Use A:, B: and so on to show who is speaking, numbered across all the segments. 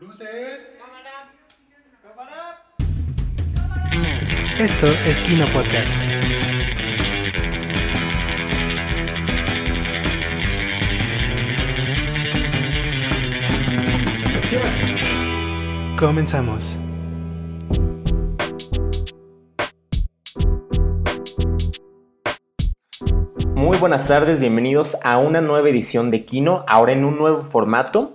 A: Luces. Cámara.
B: Cámara. Esto es Kino Podcast. Comenzamos.
C: Muy buenas tardes, bienvenidos a una nueva edición de Kino, ahora en un nuevo formato.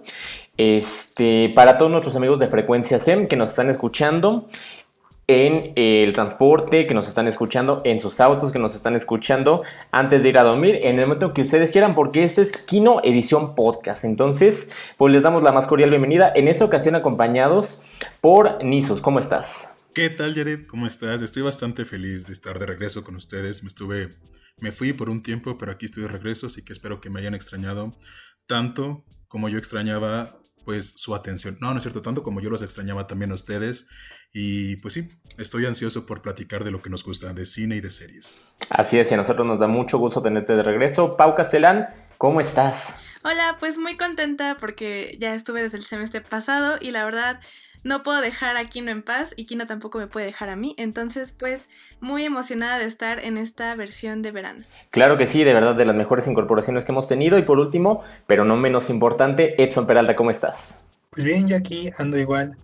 C: Para todos nuestros amigos de Frecuencia SEM que nos están escuchando en el transporte, que nos están escuchando en sus autos, que nos están escuchando antes de ir a dormir, en el momento que ustedes quieran, porque este es Kino Edición Podcast. Entonces, pues les damos la más cordial bienvenida, en esta ocasión acompañados por Nisos. ¿Cómo estás?
A: ¿Qué tal, Jared? ¿Cómo estás? Estoy bastante feliz de estar de regreso con ustedes. Me fui por un tiempo, pero aquí estoy de regreso, así que espero que me hayan extrañado tanto como yo extrañaba pues su atención. No es cierto, tanto como yo los extrañaba también a ustedes. Y pues sí, estoy ansioso por platicar de lo que nos gusta, de cine y de series.
C: Así es, y a nosotros nos da mucho gusto tenerte de regreso. Pau Castellán, ¿cómo estás?
D: Hola, pues muy contenta porque ya estuve desde el semestre pasado y la verdad no puedo dejar a Kino en paz y Kino tampoco me puede dejar a mí. Entonces, pues muy emocionada de estar en esta versión de verano.
C: Claro que sí, de verdad, de las mejores incorporaciones que hemos tenido. Y por último, pero no menos importante, Edson Peralta, ¿cómo estás?
E: Pues bien, yo aquí ando igual,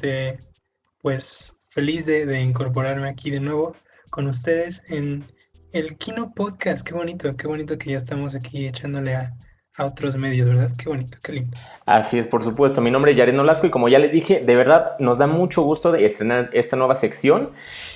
E: pues feliz de incorporarme aquí de nuevo con ustedes en el Kino Podcast. Qué bonito que ya estamos aquí echándole a otros medios, ¿verdad? Qué bonito, qué lindo.
C: Así es, por supuesto. Mi nombre es Yared Nolasco y como ya les dije, de verdad nos da mucho gusto de estrenar esta nueva sección,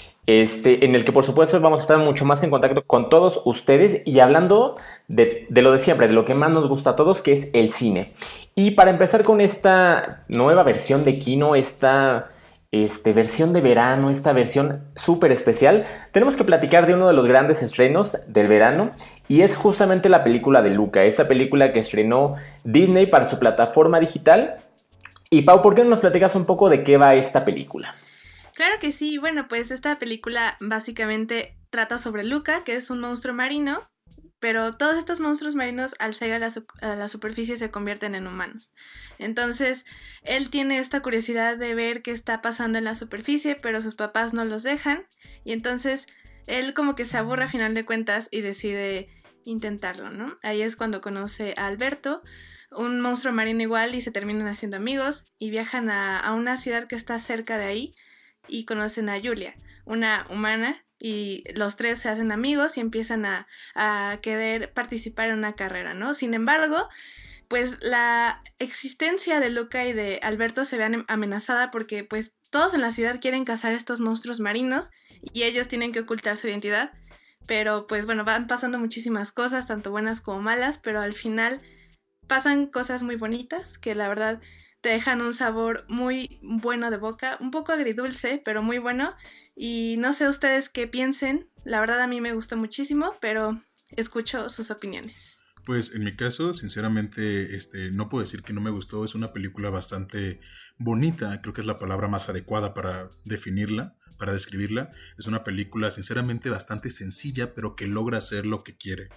C: en el que por supuesto vamos a estar mucho más en contacto con todos ustedes y hablando de lo de siempre, de lo que más nos gusta a todos, que es el cine. Y para empezar con esta nueva versión de Kino, esta versión de verano, esta versión súper especial, tenemos que platicar de uno de los grandes estrenos del verano y es justamente la película de Luca, esta película que estrenó Disney para su plataforma digital. Y Pau, ¿por qué no nos platicas un poco de qué va esta película?
D: Claro que sí, bueno, pues esta película básicamente trata sobre Luca, que es un monstruo marino, pero todos estos monstruos marinos al salir a la superficie se convierten en humanos. Entonces, él tiene esta curiosidad de ver qué está pasando en la superficie, pero sus papás no los dejan, y entonces él como que se aburre a final de cuentas y decide intentarlo, ¿no? Ahí es cuando conoce a Alberto, un monstruo marino igual, y se terminan haciendo amigos, y viajan a una ciudad que está cerca de ahí, y conocen a Julia, una humana, y los tres se hacen amigos y empiezan a querer participar en una carrera, ¿no? Sin embargo, pues la existencia de Luca y de Alberto se ve amenazada porque pues todos en la ciudad quieren cazar estos monstruos marinos y ellos tienen que ocultar su identidad, pero pues bueno, van pasando muchísimas cosas, tanto buenas como malas, pero al final pasan cosas muy bonitas que la verdad te dejan un sabor muy bueno de boca, un poco agridulce, pero muy bueno. Y no sé ustedes qué piensen, la verdad a mí me gustó muchísimo, pero escucho sus opiniones.
A: Pues en mi caso, sinceramente, no puedo decir que no me gustó. Es una película bastante bonita, creo que es la palabra más adecuada para definirla, para describirla. Es una película sinceramente bastante sencilla, pero que logra hacer lo que quiere.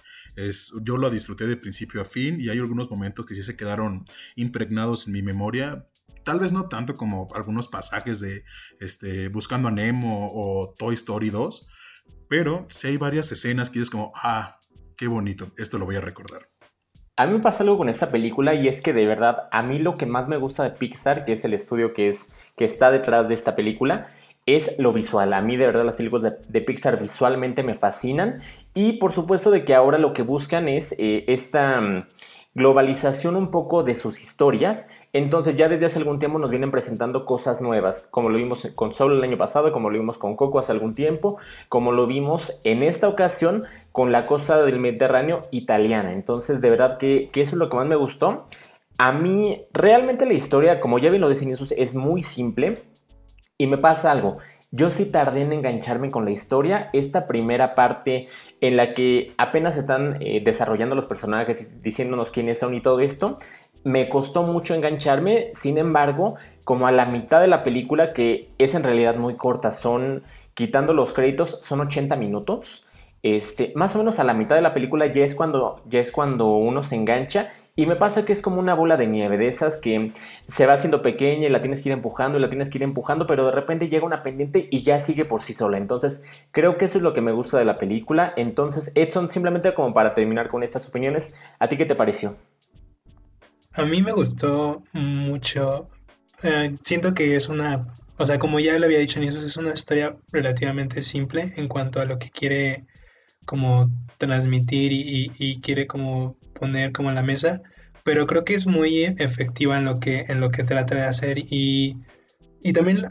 A: Yo lo disfruté de principio a fin y hay algunos momentos que sí se quedaron impregnados en mi memoria. Tal vez no tanto como algunos pasajes de Buscando a Nemo o Toy Story 2, pero sí hay varias escenas que es como, qué bonito, esto lo voy a recordar.
C: A mí me pasa algo con esta película y es que de verdad a mí lo que más me gusta de Pixar, que es el estudio que está detrás de esta película, es lo visual. A mí de verdad las películas de Pixar visualmente me fascinan y por supuesto de que ahora lo que buscan es esta globalización un poco de sus historias. Entonces ya desde hace algún tiempo nos vienen presentando cosas nuevas, como lo vimos con Soul el año pasado, como lo vimos con Coco hace algún tiempo, como lo vimos en esta ocasión con la costa del Mediterráneo italiana. Entonces de verdad que eso es lo que más me gustó. A mí realmente la historia, como ya bien lo decía Jesús, es muy simple y me pasa algo. Yo sí tardé en engancharme con la historia. Esta primera parte en la que apenas están desarrollando los personajes, diciéndonos quiénes son y todo esto, me costó mucho engancharme. Sin embargo, como a la mitad de la película, que es en realidad muy corta, quitando los créditos, son 80 minutos. Más o menos a la mitad de la película ya es cuando uno se engancha Y me pasa que es como una bola de nieve, de esas que se va haciendo pequeña y la tienes que ir empujando y la tienes que ir empujando, pero de repente llega una pendiente y ya sigue por sí sola. Entonces, creo que eso es lo que me gusta de la película. Entonces, Edson, simplemente como para terminar con estas opiniones, ¿a ti qué te pareció?
E: A mí me gustó mucho. Siento que es o sea, como ya lo había dicho en eso, es una historia relativamente simple en cuanto a lo que quiere como transmitir y quiere como poner como en la mesa, pero creo que es muy efectiva en lo que trata de hacer y también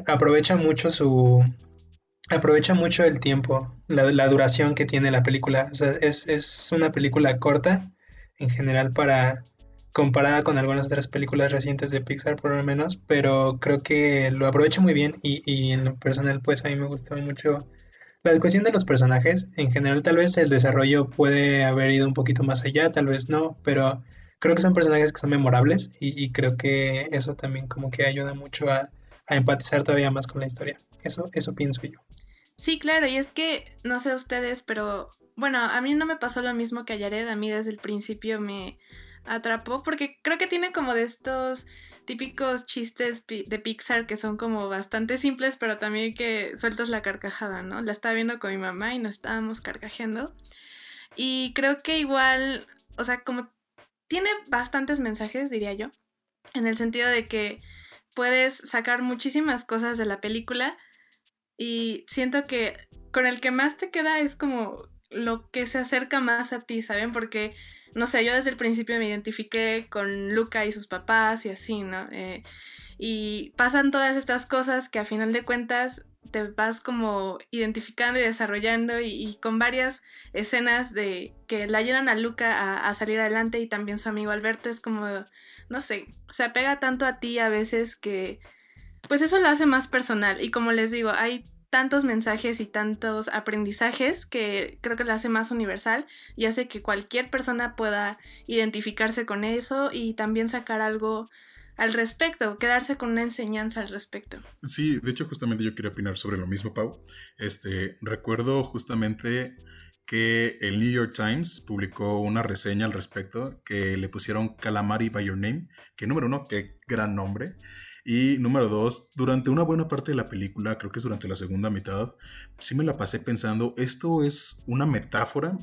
E: aprovecha mucho el tiempo, la duración que tiene la película. O sea, es una película corta en general comparada con algunas otras películas recientes de Pixar por lo menos, pero creo que lo aprovecha muy bien y en lo personal pues a mí me gustó mucho la cuestión de los personajes. En general tal vez el desarrollo puede haber ido un poquito más allá, tal vez no, pero creo que son personajes que son memorables y creo que eso también como que ayuda mucho a empatizar todavía más con la historia. Eso pienso yo.
D: Sí, claro, y es que, no sé ustedes, pero bueno, a mí no me pasó lo mismo que a Yared, a mí desde el principio me atrapó, porque creo que tiene como de estos típicos chistes de Pixar que son como bastante simples, pero también que sueltas la carcajada, ¿no? La estaba viendo con mi mamá y nos estábamos carcajeando, y creo que igual, o sea, como tiene bastantes mensajes, diría yo, en el sentido de que puedes sacar muchísimas cosas de la película y siento que con el que más te queda es como lo que se acerca más a ti, ¿saben? Porque, no sé, yo desde el principio me identifiqué con Luca y sus papás y así, ¿no? Y pasan todas estas cosas que a final de cuentas te vas como identificando y desarrollando y con varias escenas de que le ayudan a Luca a salir adelante y también su amigo Alberto es como, no sé, se apega tanto a ti a veces que pues eso lo hace más personal y como les digo, hay tantos mensajes y tantos aprendizajes que creo que lo hace más universal y hace que cualquier persona pueda identificarse con eso y también sacar algo al respecto, quedarse con una enseñanza al respecto.
A: Sí, de hecho justamente yo quería opinar sobre lo mismo, Pau. Recuerdo justamente que el New York Times publicó una reseña al respecto que le pusieron Calamari by Your Name, que número uno, qué gran nombre. Y número dos, durante una buena parte de la película, creo que es durante la segunda mitad, sí me la pasé pensando, ¿esto es una metáfora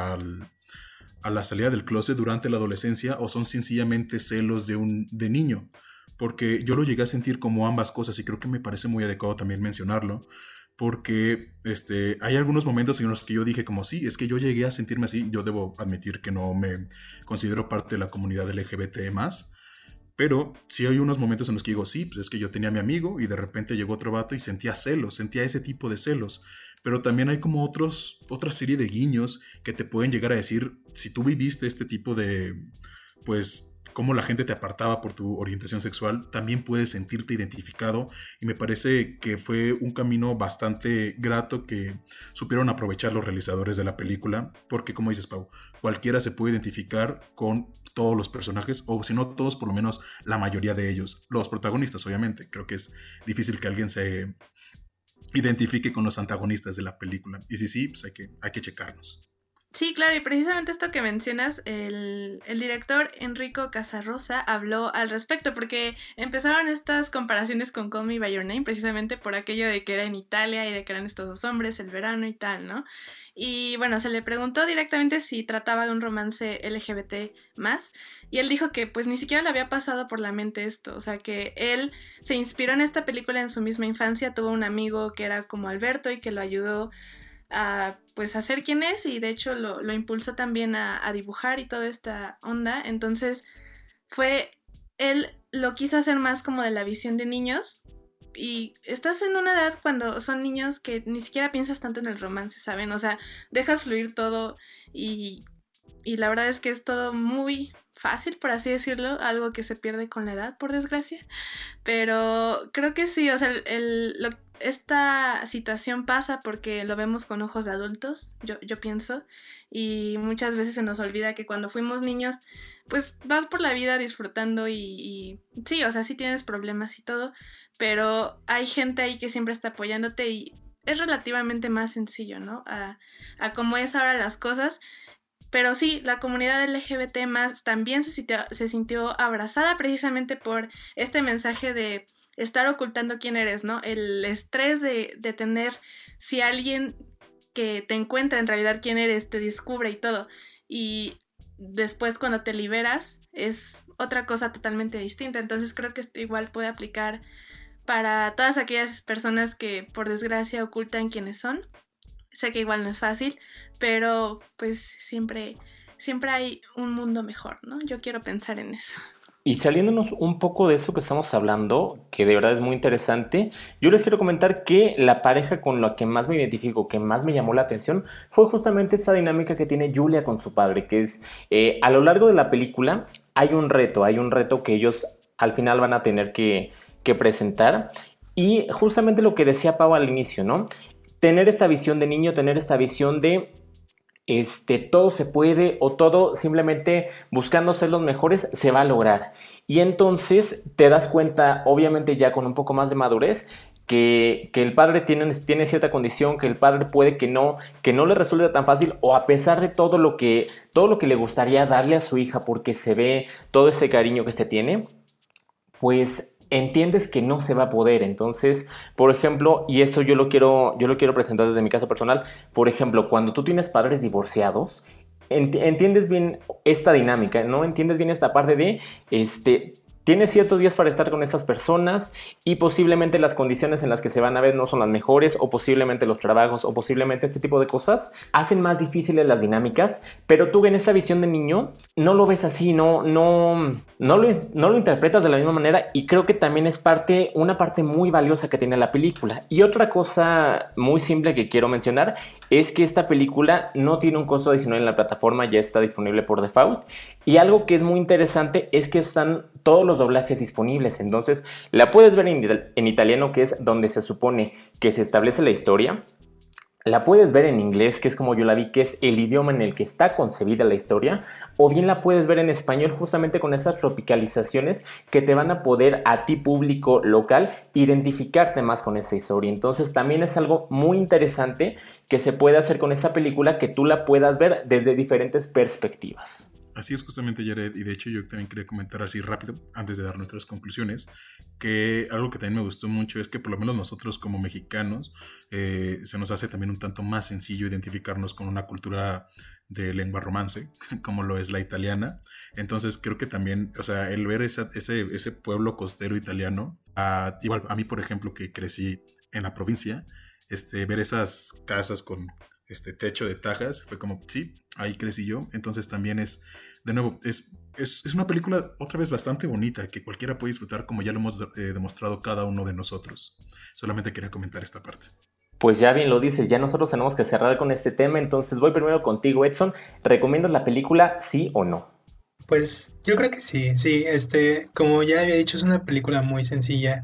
A: a la salida del closet durante la adolescencia o son sencillamente celos de niño? Porque yo lo llegué a sentir como ambas cosas y creo que me parece muy adecuado también mencionarlo, porque hay algunos momentos en los que yo dije como sí, es que yo llegué a sentirme así, yo debo admitir que no me considero parte de la comunidad LGBT+, pero sí hay unos momentos en los que digo, sí, pues es que yo tenía a mi amigo y de repente llegó otro vato y sentía celos, sentía ese tipo de celos. Pero también hay como otra serie de guiños que te pueden llegar a decir, si tú viviste este tipo de, pues, cómo la gente te apartaba por tu orientación sexual, también puedes sentirte identificado y me parece que fue un camino bastante grato que supieron aprovechar los realizadores de la película, porque como dices, Pau, cualquiera se puede identificar con todos los personajes, o si no todos, por lo menos la mayoría de ellos. Los protagonistas, obviamente. Creo que es difícil que alguien se identifique con los antagonistas de la película. Y si sí, pues hay que checarnos.
D: Sí, claro, y precisamente esto que mencionas, el director Enrico Casarosa habló al respecto, porque empezaron estas comparaciones con Call Me By Your Name, precisamente por aquello de que era en Italia y de que eran estos dos hombres, el verano y tal, ¿no? Y bueno, se le preguntó directamente si trataba de un romance LGBT más, y él dijo que pues ni siquiera le había pasado por la mente esto, o sea que él se inspiró en esta película en su misma infancia, tuvo un amigo que era como Alberto y que lo ayudó a pues a ser quien es y de hecho lo impulsó también a dibujar y toda esta onda, entonces él lo quiso hacer más como de la visión de niños y estás en una edad cuando son niños que ni siquiera piensas tanto en el romance, ¿saben? O sea, dejas fluir todo y la verdad es que es todo muy fácil, por así decirlo, algo que se pierde con la edad, por desgracia. Pero creo que sí, o sea, esta situación pasa porque lo vemos con ojos de adultos, yo pienso, y muchas veces se nos olvida que cuando fuimos niños, pues vas por la vida disfrutando y sí, o sea, sí tienes problemas y todo, pero hay gente ahí que siempre está apoyándote y es relativamente más sencillo, ¿no? A cómo es ahora las cosas. Pero sí, la comunidad LGBT más también se sintió abrazada precisamente por este mensaje de estar ocultando quién eres, ¿no? El estrés de tener, si alguien que te encuentra en realidad quién eres, te descubre y todo. Y después cuando te liberas es otra cosa totalmente distinta. Entonces creo que esto igual puede aplicar para todas aquellas personas que por desgracia ocultan quiénes son. Sé que igual no es fácil, pero pues siempre hay un mundo mejor, ¿no? Yo quiero pensar en eso.
C: Y saliéndonos un poco de eso que estamos hablando, que de verdad es muy interesante, yo les quiero comentar que la pareja con la que más me identifico, que más me llamó la atención, fue justamente esa dinámica que tiene Julia con su padre, que es, a lo largo de la película hay un reto que ellos al final van a tener que presentar, y justamente lo que decía Pau al inicio, ¿no? Tener esta visión de niño, tener esta visión de todo se puede, o todo simplemente buscando ser los mejores se va a lograr. Y entonces te das cuenta, obviamente ya con un poco más de madurez, que el padre tiene cierta condición, que el padre puede que no le resulte tan fácil, o a pesar de todo lo que le gustaría darle a su hija porque se ve todo ese cariño que se tiene, pues entiendes que no se va a poder. Entonces, por ejemplo, y esto yo lo quiero presentar desde mi caso personal, por ejemplo, cuando tú tienes padres divorciados, entiendes bien esta dinámica, ¿no? Entiendes bien esta parte de, tienes ciertos días para estar con esas personas y posiblemente las condiciones en las que se van a ver no son las mejores, o posiblemente los trabajos, o posiblemente este tipo de cosas hacen más difíciles las dinámicas, pero tú en esta visión de niño no lo ves así, no lo interpretas de la misma manera, y creo que también es una parte muy valiosa que tiene la película. Y otra cosa muy simple que quiero mencionar es que esta película no tiene un costo adicional en la plataforma, ya está disponible por default, y algo que es muy interesante es que están todos los doblajes disponibles. Entonces la puedes ver en italiano, que es donde se supone que se establece la historia. La puedes ver en inglés, que es como yo la vi, que es el idioma en el que está concebida la historia, o bien la puedes ver en español, justamente con esas tropicalizaciones que te van a poder, a ti público local, identificarte más con esa historia. Entonces también es algo muy interesante que se puede hacer con esta película, que tú la puedas ver desde diferentes perspectivas.
A: Así es justamente, Jared, y de hecho yo también quería comentar así rápido, antes de dar nuestras conclusiones, que algo que también me gustó mucho es que por lo menos nosotros como mexicanos se nos hace también un tanto más sencillo identificarnos con una cultura de lengua romance, como lo es la italiana. Entonces creo que también, o sea, el ver ese pueblo costero italiano, igual a mí, por ejemplo, que crecí en la provincia, ver esas casas con techo de tajas, fue como, sí, ahí crecí yo. Entonces también de nuevo, es una película otra vez bastante bonita que cualquiera puede disfrutar, como ya lo hemos demostrado cada uno de nosotros. Solamente quería comentar esta parte.
C: Pues ya bien lo dices, ya nosotros tenemos que cerrar con este tema, entonces voy primero contigo, Edson. ¿Recomiendas la película, sí o no?
E: Pues yo creo que sí, como ya había dicho, es una película muy sencilla,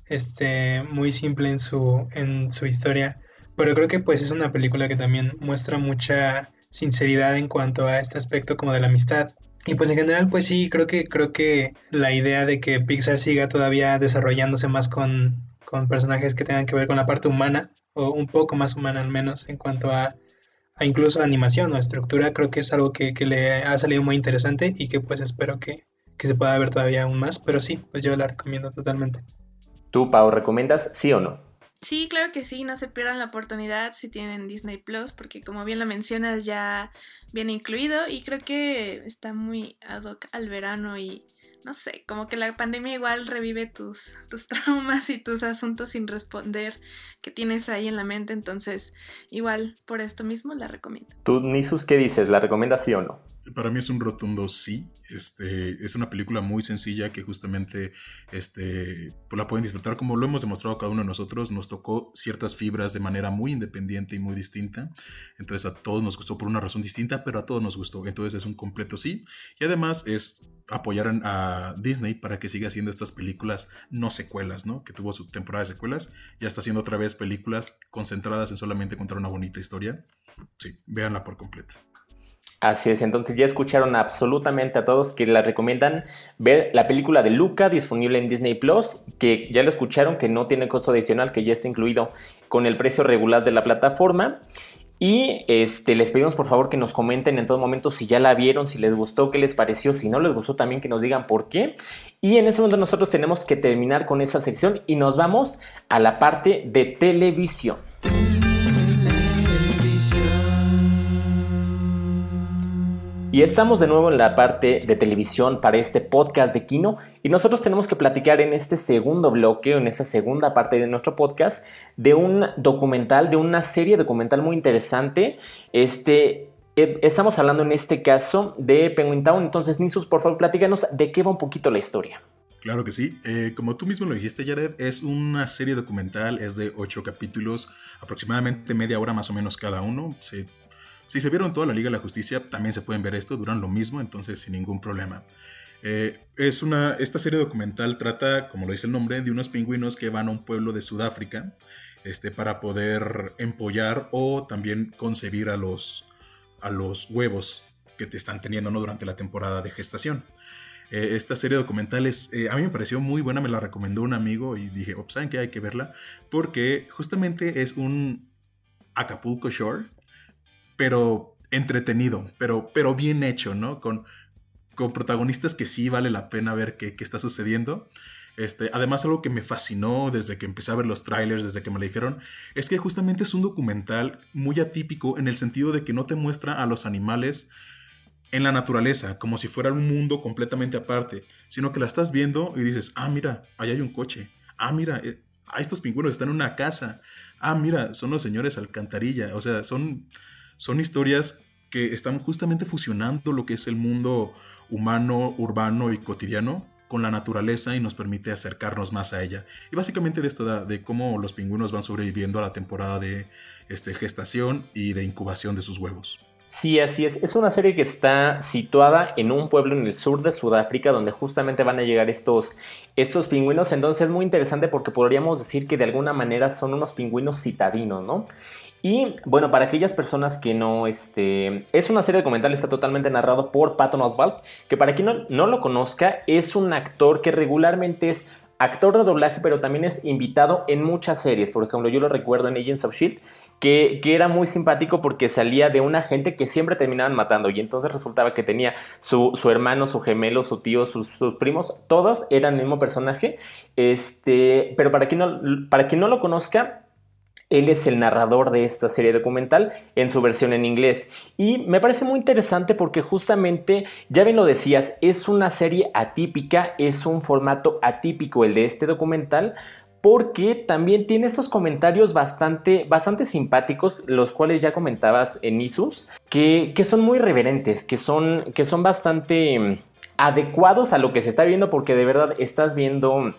E: muy simple en su historia, pero creo que pues es una película que también muestra mucha sinceridad en cuanto a este aspecto como de la amistad. Y pues en general pues sí, creo que la idea de que Pixar siga todavía desarrollándose más con personajes que tengan que ver con la parte humana, o un poco más humana al menos, en cuanto a incluso animación o estructura, creo que es algo que le ha salido muy interesante y que pues espero que se pueda ver todavía aún más, pero sí, pues yo la recomiendo totalmente.
C: ¿Tú, Pau, recomiendas sí o no?
D: Sí, claro que sí, no se pierdan la oportunidad si tienen Disney Plus, porque como bien lo mencionas ya viene incluido y creo que está muy ad hoc al verano y no sé, como que la pandemia igual revive tus traumas y tus asuntos sin responder que tienes ahí en la mente, entonces igual por esto mismo la recomiendo.
C: Tú, Nisus, ¿qué dices? ¿La recomiendas sí o no?
A: Para mí es un rotundo sí. Es una película muy sencilla que justamente pues la pueden disfrutar como lo hemos demostrado cada uno de nosotros. Nos tocó ciertas fibras de manera muy independiente y muy distinta. Entonces a todos nos gustó por una razón distinta, pero a todos nos gustó. Entonces es un completo sí. Y además es apoyar a Disney para que siga haciendo estas películas no secuelas, ¿no? Que tuvo su temporada de secuelas. Ya está haciendo otra vez películas concentradas en solamente contar una bonita historia. Sí, véanla por completo.
C: Así es, entonces ya escucharon absolutamente a todos que la recomiendan ver la película de Luca, disponible en Disney Plus, que ya lo escucharon, que no tiene costo adicional, que ya está incluido con el precio regular de la plataforma. Y les pedimos por favor que nos comenten en todo momento si ya la vieron, si les gustó, qué les pareció, si no les gustó también que nos digan por qué. Y en ese momento nosotros tenemos que terminar con esa sección y nos vamos a la parte de televisión. Y estamos de nuevo en la parte de televisión para este podcast de Kino y nosotros tenemos que platicar en este segundo bloque, en esta segunda parte de nuestro podcast, de un documental, de una serie documental muy interesante. Estamos hablando en este caso de Penguin Town. Entonces, Nisus, por favor, platícanos de qué va un poquito la historia.
A: Claro que sí. Como tú mismo lo dijiste, Jared, es una serie documental, es de 8 capítulos, aproximadamente media hora más o menos cada uno. Si se vieron toda la Liga de la Justicia, también se pueden ver esto, duran lo mismo, entonces sin ningún problema. Esta serie documental trata, como lo dice el nombre, de unos pingüinos que van a un pueblo de Sudáfrica para poder empollar o también concebir a los huevos que te están teniendo, ¿no?, durante la temporada de gestación. Esta serie documental a mí me pareció muy buena, me la recomendó un amigo y dije, ¿saben qué? Hay que verla, porque justamente es un Acapulco Shore, pero entretenido, pero bien hecho, ¿no? Con protagonistas que sí vale la pena ver qué está sucediendo. Además, algo que me fascinó desde que empecé a ver los trailers, desde que me lo dijeron, es que justamente es un documental muy atípico en el sentido de que no te muestra a los animales en la naturaleza, como si fuera un mundo completamente aparte, sino que la estás viendo y dices, mira, ahí hay un coche. Mira, estos pingüinos están en una casa. Mira, son los señores alcantarilla. O sea, son historias que están justamente fusionando lo que es el mundo humano, urbano y cotidiano con la naturaleza y nos permite acercarnos más a ella. Y básicamente de esto de cómo los pingüinos van sobreviviendo a la temporada de gestación y de incubación de sus huevos.
C: Sí, así es. Es una serie que está situada en un pueblo en el sur de Sudáfrica donde justamente van a llegar estos pingüinos. Entonces es muy interesante porque podríamos decir que de alguna manera son unos pingüinos citadinos, ¿no? Y bueno, para aquellas personas que no, es una serie documental, está totalmente narrado por Patton Oswalt, que para quien no lo conozca, es un actor que regularmente es actor de doblaje, pero también es invitado en muchas series. Por ejemplo, yo lo recuerdo en Agents of S.H.I.E.L.D., que era muy simpático porque salía de una gente que siempre terminaban matando y entonces resultaba que tenía su hermano, su gemelo, su tío, sus primos, todos eran el mismo personaje, pero para quien no lo conozca, él es el narrador de esta serie documental en su versión en inglés. Y me parece muy interesante porque justamente, ya bien lo decías, es una serie atípica, es un formato atípico el de este documental, porque también tiene esos comentarios bastante simpáticos, los cuales ya comentabas en Isus, que son muy reverentes, que son bastante adecuados a lo que se está viendo, porque de verdad estás viendo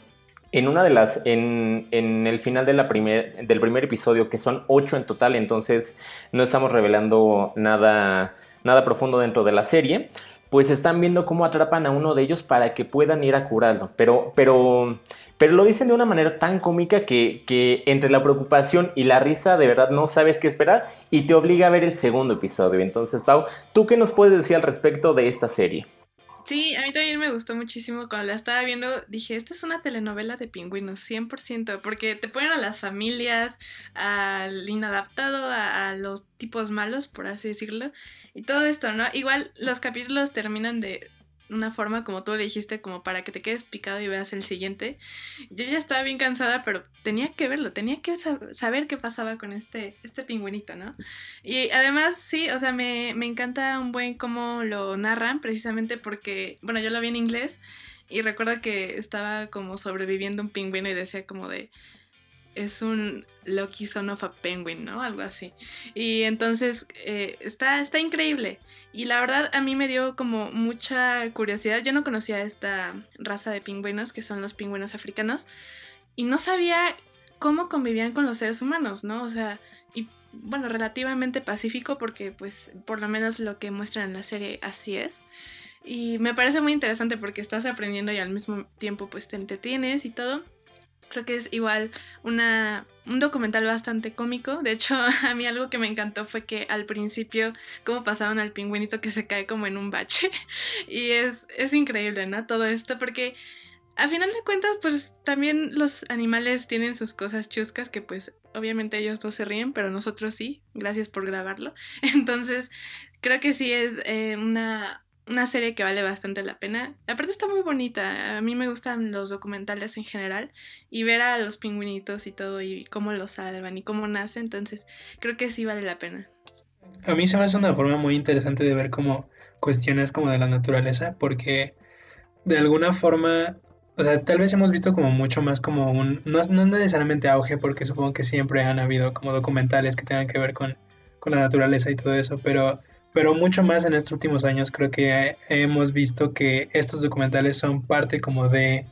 C: en el final del primer episodio, que son 8 en total, entonces no estamos revelando nada profundo dentro de la serie, pues están viendo cómo atrapan a uno de ellos para que puedan ir a curarlo, pero lo dicen de una manera tan cómica que entre la preocupación y la risa de verdad no sabes qué esperar y te obliga a ver el segundo episodio. Entonces, Pau, ¿tú qué nos puedes decir al respecto de esta serie?
D: Sí, a mí también me gustó muchísimo. Cuando la estaba viendo dije, esto es una telenovela de pingüinos, 100%, porque te ponen a las familias, al inadaptado, a los tipos malos, por así decirlo, y todo esto, ¿no? Igual los capítulos terminan de una forma, como tú le dijiste, como para que te quedes picado y veas el siguiente. Yo ya estaba bien cansada, pero tenía que verlo, tenía que saber qué pasaba con este pingüinito, ¿no? Y además, sí, o sea, me encanta un buen cómo lo narran, precisamente porque, bueno, yo lo vi en inglés y recuerdo que estaba como sobreviviendo un pingüino y decía como de... es un lucky son of a penguin, ¿no? Algo así. Y entonces está increíble. Y la verdad a mí me dio como mucha curiosidad. Yo no conocía esta raza de pingüinos, que son los pingüinos africanos, y no sabía cómo convivían con los seres humanos, ¿no? O sea, y bueno, relativamente pacífico, porque pues por lo menos lo que muestran en la serie así es. Y me parece muy interesante porque estás aprendiendo y al mismo tiempo pues te entretienes y todo. Creo que es igual un documental bastante cómico. De hecho, a mí algo que me encantó fue que al principio cómo pasaban al pingüinito que se cae como en un bache. Y es increíble, ¿no? Todo esto, porque a final de cuentas, pues también los animales tienen sus cosas chuscas que pues obviamente ellos no se ríen, pero nosotros sí, gracias por grabarlo. Entonces, creo que sí es una serie que vale bastante la pena. Aparte está muy bonita, a mí me gustan los documentales en general y ver a los pingüinitos y todo y cómo los salvan y cómo nacen, entonces creo que sí vale la pena.
E: A mí se me hace una forma muy interesante de ver como cuestiones como de la naturaleza, porque de alguna forma, o sea, tal vez hemos visto como mucho más como no necesariamente auge, porque supongo que siempre han habido como documentales que tengan que ver con la naturaleza y todo eso, pero mucho más en estos últimos años creo que hemos visto que estos documentales son parte como de,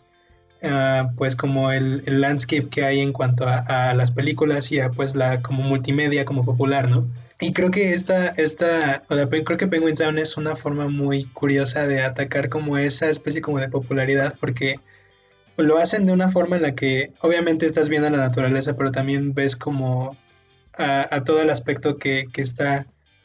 E: pues como el landscape que hay en cuanto a las películas y a pues la como multimedia como popular, ¿no? Y creo que o sea, creo que Penguin Sound es una forma muy curiosa de atacar como esa especie como de popularidad, porque lo hacen de una forma en la que obviamente estás viendo la naturaleza, pero también ves como a todo el aspecto que está,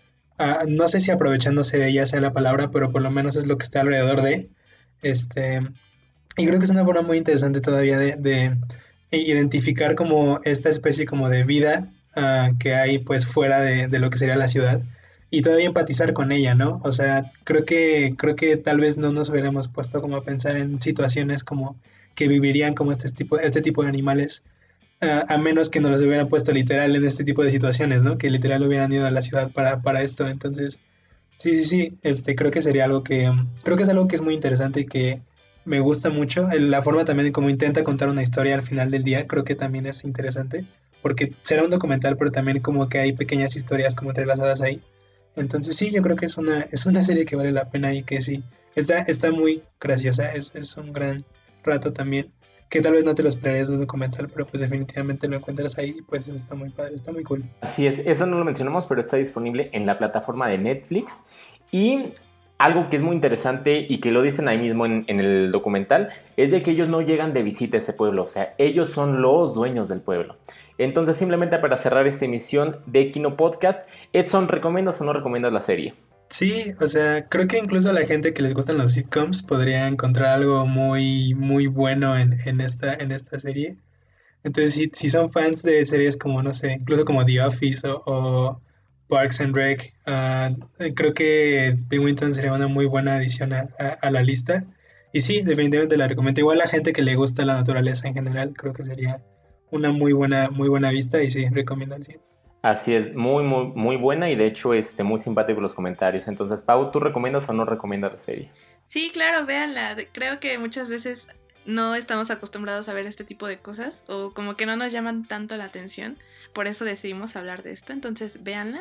E: no sé si aprovechándose de ella sea la palabra, pero por lo menos es lo que está alrededor de, este, y creo que es una forma muy interesante todavía de identificar como esta especie como de vida que hay pues fuera de lo que sería la ciudad y todavía empatizar con ella, ¿no? O sea, creo que tal vez no nos hubiéramos puesto como a pensar en situaciones como que vivirían como este tipo de animales, a menos que nos los hubieran puesto literal en este tipo de situaciones, ¿no? Que literal hubieran ido a la ciudad para esto. Entonces, sí, creo que sería algo creo que es algo que es muy interesante y que me gusta mucho. La forma también de cómo intenta contar una historia al final del día, creo que también es interesante, porque será un documental, pero también como que hay pequeñas historias como entrelazadas ahí. Entonces sí, yo creo que es una serie que vale la pena y que sí, está muy graciosa, es un gran rato también, que tal vez no te lo esperarías de un documental, pero pues definitivamente lo encuentras ahí y pues eso está muy padre, está muy cool.
C: Así es, eso no lo mencionamos, pero está disponible en la plataforma de Netflix. Y algo que es muy interesante y que lo dicen ahí mismo en el documental es de que ellos no llegan de visita a ese pueblo, o sea, ellos son los dueños del pueblo. Entonces, simplemente para cerrar esta emisión de Kino Podcast, Edson, ¿recomiendas o no recomiendas la serie?
E: Sí, o sea, creo que incluso a la gente que les gustan los sitcoms podría encontrar algo muy, muy bueno en esta serie. Entonces, si son fans de series como, no sé, incluso como The Office o Parks and Rec, creo que Pingüinton sería una muy buena adición a la lista. Y sí, definitivamente la recomiendo. Igual a la gente que le gusta la naturaleza en general, creo que sería una muy buena vista y sí, recomiendo al 100.
C: Así es, muy, muy, muy buena y de hecho muy simpático los comentarios. Entonces, Pau, ¿tú recomiendas o no recomiendas la serie?
D: Sí, claro, véanla. Creo que muchas veces no estamos acostumbrados a ver este tipo de cosas o como que no nos llaman tanto la atención. Por eso decidimos hablar de esto. Entonces, véanla.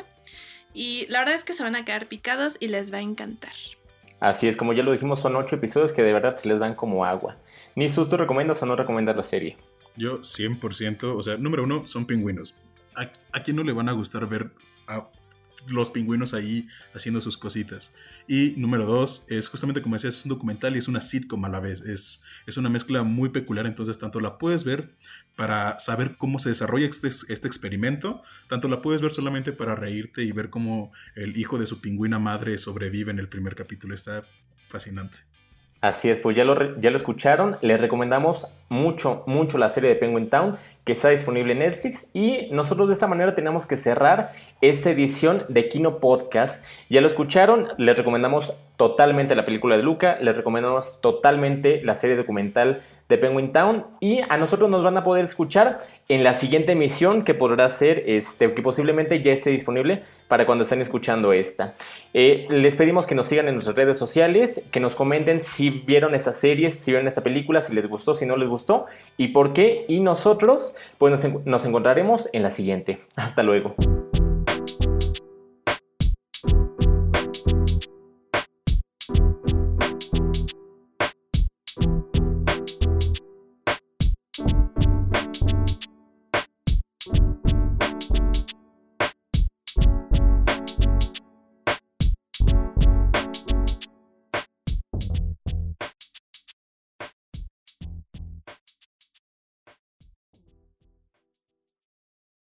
D: Y la verdad es que se van a quedar picados y les va a encantar.
C: Así es, como ya lo dijimos, son 8 episodios que de verdad se les dan como agua. Nisus, ¿tú recomiendas o no recomiendas la serie?
A: Yo 100%, o sea, número uno, son pingüinos. ¿A quién no le van a gustar ver a los pingüinos ahí haciendo sus cositas? Y número dos, es justamente como decías, es un documental y es una sitcom a la vez. Es una mezcla muy peculiar, entonces tanto la puedes ver para saber cómo se desarrolla este experimento, tanto la puedes ver solamente para reírte y ver cómo el hijo de su pingüina madre sobrevive en el primer capítulo. Está fascinante.
C: Así es, pues ya lo escucharon, les recomendamos mucho, mucho la serie de Penguin Town, que está disponible en Netflix, y nosotros de esta manera tenemos que cerrar esta edición de Kino Podcast. Ya lo escucharon, les recomendamos totalmente la película de Luca, les recomendamos totalmente la serie documental de Penguin Town, y a nosotros nos van a poder escuchar en la siguiente emisión, que podrá ser, que posiblemente ya esté disponible para cuando estén escuchando esta. Les pedimos que nos sigan en nuestras redes sociales, que nos comenten si vieron estas series, si vieron esta película, si les gustó, si no les gustó y por qué. Y nosotros pues nos encontraremos en la siguiente. Hasta luego.